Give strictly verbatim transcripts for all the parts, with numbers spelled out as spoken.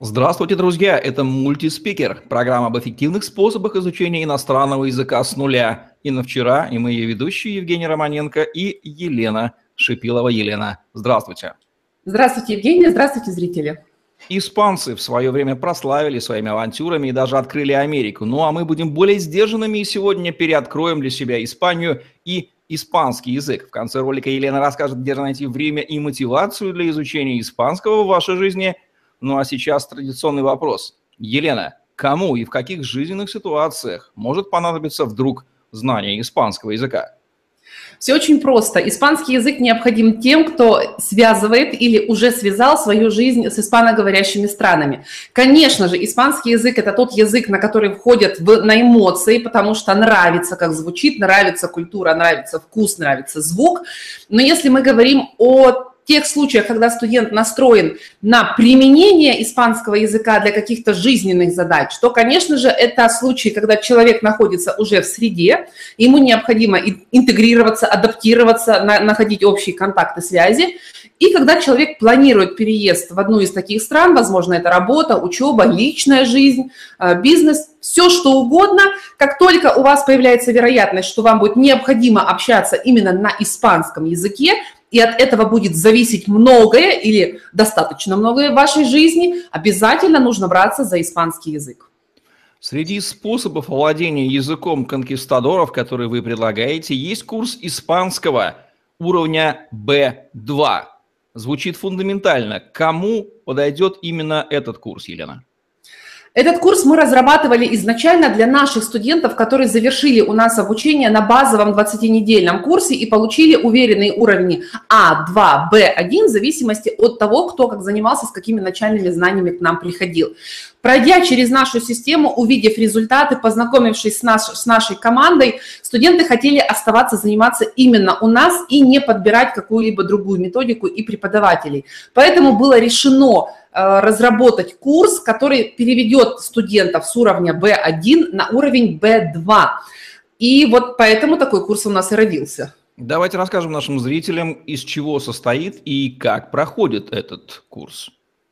Здравствуйте, друзья! Это мультиспикер, программа об эффективных способах изучения иностранного языка с нуля. И на вчера, и мы ее ведущие Евгений Романенко и Елена Шипилова. Елена, здравствуйте! Здравствуйте, Евгений! Здравствуйте, зрители! Испанцы в свое время прославили своими авантюрами и даже открыли Америку. Ну а мы будем более сдержанными и сегодня переоткроем для себя Испанию и испанский язык. В конце ролика Елена расскажет, где же найти время и мотивацию для изучения испанского в вашей жизни. Ну а сейчас традиционный вопрос. Елена, кому и в каких жизненных ситуациях может понадобиться вдруг знание испанского языка? Все очень просто. Испанский язык необходим тем, кто связывает или уже связал свою жизнь с испаноговорящими странами. Конечно же, испанский язык – это тот язык, на который входят в, на эмоции, потому что нравится, как звучит, нравится культура, нравится вкус, нравится звук. Но если мы говорим о тех случаях, когда студент настроен на применение испанского языка для каких-то жизненных задач, то, конечно же, это случаи, когда человек находится уже в среде, ему необходимо интегрироваться, адаптироваться, на, находить общие контакты, связи. И когда человек планирует переезд в одну из таких стран, возможно, это работа, учеба, личная жизнь, бизнес, все что угодно, как только у вас появляется вероятность, что вам будет необходимо общаться именно на испанском языке, и от этого будет зависеть многое или достаточно многое в вашей жизни, обязательно нужно браться за испанский язык. Среди способов овладения языком конкистадоров, которые вы предлагаете, есть курс испанского уровня бэ два. Звучит фундаментально. Кому подойдет именно этот курс, Елена? Этот курс мы разрабатывали изначально для наших студентов, которые завершили у нас обучение на базовом двадцатинедельном курсе и получили уверенные уровни а два, бэ один в зависимости от того, кто как занимался, с какими начальными знаниями к нам приходил. Пройдя через нашу систему, увидев результаты, познакомившись с, наш, с нашей командой, студенты хотели оставаться заниматься именно у нас и не подбирать какую-либо другую методику и преподавателей. Поэтому было решено э, разработать курс, который переведет студентов с уровня бэ один на уровень бэ два. И вот поэтому такой курс у нас и родился. Давайте расскажем нашим зрителям, из чего состоит и как проходит этот курс.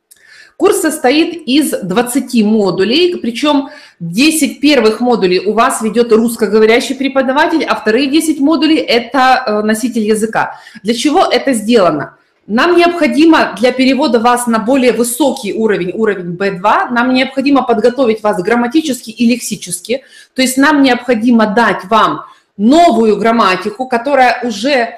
Курс состоит из двадцати модулей, причем десять первых модулей у вас ведет русскоговорящий преподаватель, а вторые десять модулей – это носитель языка. Для чего это сделано? Нам необходимо для перевода вас на более высокий уровень, уровень бэ два, нам необходимо подготовить вас грамматически и лексически, то есть нам необходимо дать вам новую грамматику, которая уже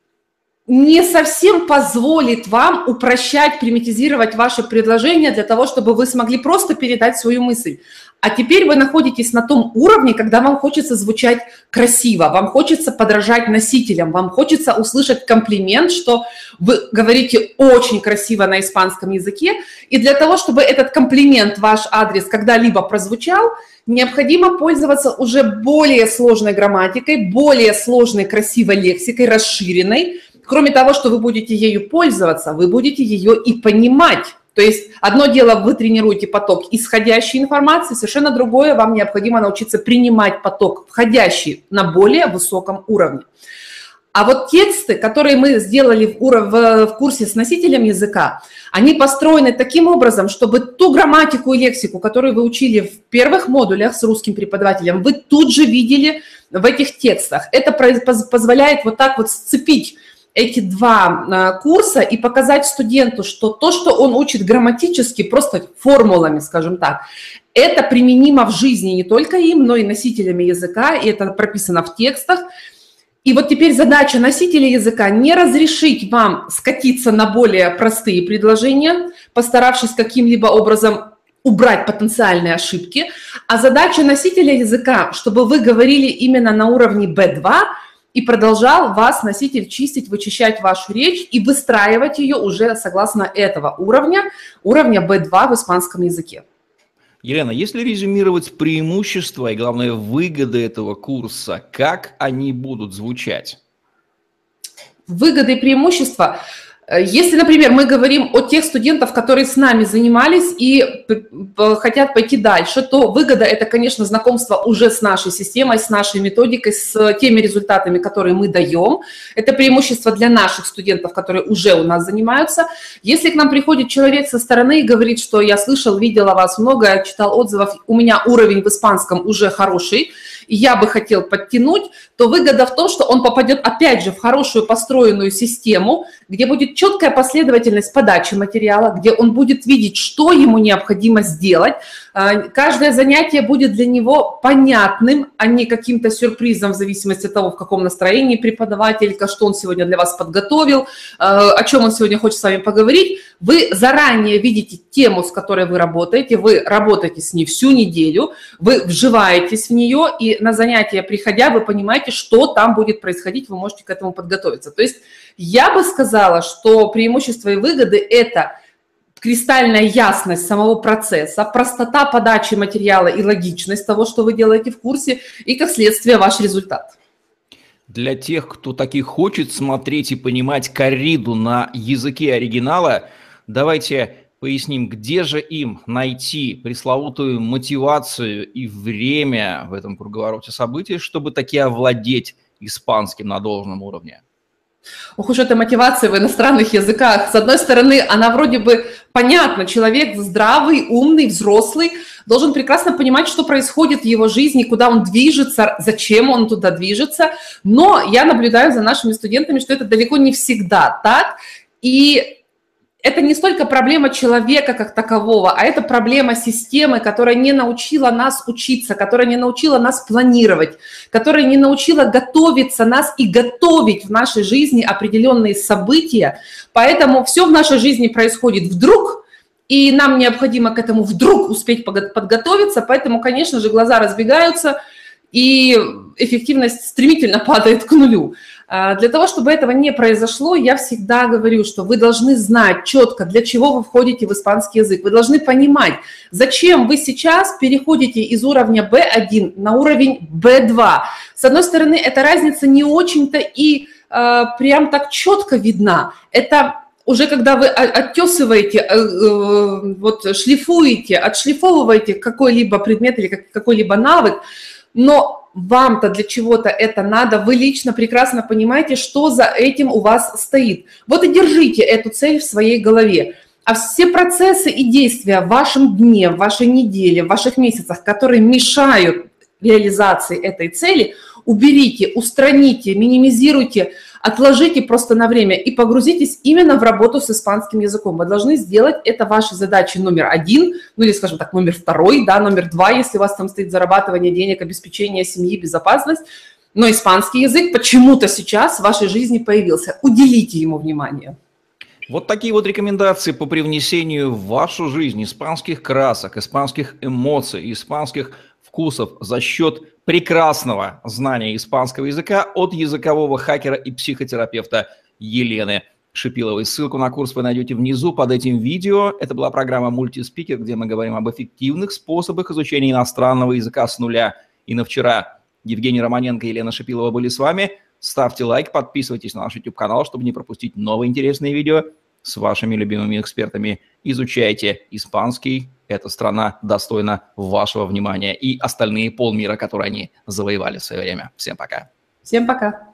не совсем позволит вам упрощать, примитизировать ваше предложение для того, чтобы вы смогли просто передать свою мысль. А теперь вы находитесь на том уровне, когда вам хочется звучать красиво, вам хочется подражать носителям, вам хочется услышать комплимент, что вы говорите очень красиво на испанском языке. И для того, чтобы этот комплимент, ваш адрес, когда-либо прозвучал, необходимо пользоваться уже более сложной грамматикой, более сложной красивой лексикой, расширенной. Кроме того, что вы будете ею пользоваться, вы будете ее и понимать. То есть одно дело, вы тренируете поток исходящей информации, совершенно другое, вам необходимо научиться принимать поток входящий на более высоком уровне. А вот тексты, которые мы сделали в, в, в курсе с носителем языка, они построены таким образом, чтобы ту грамматику и лексику, которую вы учили в первых модулях с русским преподавателем, вы тут же видели в этих текстах. Это позволяет вот так вот сцепить эти два курса и показать студенту, что то, что он учит грамматически, просто формулами, скажем так, это применимо в жизни не только им, но и носителями языка, и это прописано в текстах. И вот теперь задача носителя языка не разрешить вам скатиться на более простые предложения, постаравшись каким-либо образом убрать потенциальные ошибки, а задача носителя языка, чтобы вы говорили именно на уровне бэ два, и продолжал вас, носитель, чистить, вычищать вашу речь и выстраивать ее уже согласно этого уровня, уровня бэ два в испанском языке. Елена, если резюмировать преимущества и, главное, выгоды этого курса, как они будут звучать? Выгоды и преимущества. Если, например, мы говорим о тех студентах, которые с нами занимались и хотят пойти дальше, то выгода – это, конечно, знакомство уже с нашей системой, с нашей методикой, с теми результатами, которые мы даем. Это преимущество для наших студентов, которые уже у нас занимаются. Если к нам приходит человек со стороны и говорит, что я слышал, видела вас много, читал отзывов, у меня уровень в испанском уже хороший, и я бы хотел подтянуть, то выгода в том, что он попадет опять же в хорошую построенную систему, где будет четкая последовательность подачи материала, где он будет видеть, что ему необходимо сделать. Каждое занятие будет для него понятным, а не каким-то сюрпризом в зависимости от того, в каком настроении преподаватель, что он сегодня для вас подготовил, о чем он сегодня хочет с вами поговорить. Вы заранее видите тему, с которой вы работаете, вы работаете с ней всю неделю, вы вживаетесь в нее, и на занятия приходя, вы понимаете, что там будет происходить, вы можете к этому подготовиться. То есть я бы сказала, что преимущество и выгоды – это кристальная ясность самого процесса, простота подачи материала и логичность того, что вы делаете в курсе, и, как следствие, ваш результат. Для тех, кто таки хочет смотреть и понимать корриду на языке оригинала, давайте поясним, где же им найти пресловутую мотивацию и время в этом круговороте событий, чтобы таки овладеть испанским на должном уровне. Ох уж эта мотивация в иностранных языках. С одной стороны, она вроде бы понятна. Человек здравый, умный, взрослый должен прекрасно понимать, что происходит в его жизни, куда он движется, зачем он туда движется. Но я наблюдаю за нашими студентами, что это далеко не всегда так. И это не столько проблема человека как такового, а это проблема системы, которая не научила нас учиться, которая не научила нас планировать, которая не научила готовиться нас и готовить в нашей жизни определенные события. Поэтому все в нашей жизни происходит вдруг, и нам необходимо к этому вдруг успеть подготовиться. Поэтому, конечно же, глаза разбегаются, и эффективность стремительно падает к нулю. Для того, чтобы этого не произошло, я всегда говорю, что вы должны знать четко, для чего вы входите в испанский язык. Вы должны понимать, зачем вы сейчас переходите из уровня бэ один на уровень бэ два. С одной стороны, эта разница не очень-то и э, прям так четко видна. Это уже когда вы оттесываете, э, э, вот шлифуете, отшлифовываете какой-либо предмет или какой-либо навык, но вам-то для чего-то это надо, вы лично прекрасно понимаете, что за этим у вас стоит. Вот и держите эту цель в своей голове. А все процессы и действия в вашем дне, в вашей неделе, в ваших месяцах, которые мешают реализации этой цели, уберите, устраните, минимизируйте, отложите просто на время и погрузитесь именно в работу с испанским языком. Вы должны сделать это вашей задачей номер один, ну или, скажем так, номер второй, да, номер два, если у вас там стоит зарабатывание денег, обеспечение семьи, безопасность. Но испанский язык почему-то сейчас в вашей жизни появился. Уделите ему внимание. Вот такие вот рекомендации по привнесению в вашу жизнь испанских красок, испанских эмоций, испанских вкусов за счет прекрасного знания испанского языка от языкового хакера и психотерапевта Елены Шипиловой. Ссылку на курс вы найдете внизу под этим видео. Это была программа «Мультиспикер», где мы говорим об эффективных способах изучения иностранного языка с нуля. И на вчера Евгений Романенко и Елена Шипилова были с вами. Ставьте лайк, подписывайтесь на наш YouTube-канал, чтобы не пропустить новые интересные видео с вашими любимыми экспертами. Изучайте испанский. Эта страна достойна вашего внимания и остальные полмира, которые они завоевали в свое время. Всем пока. Всем пока.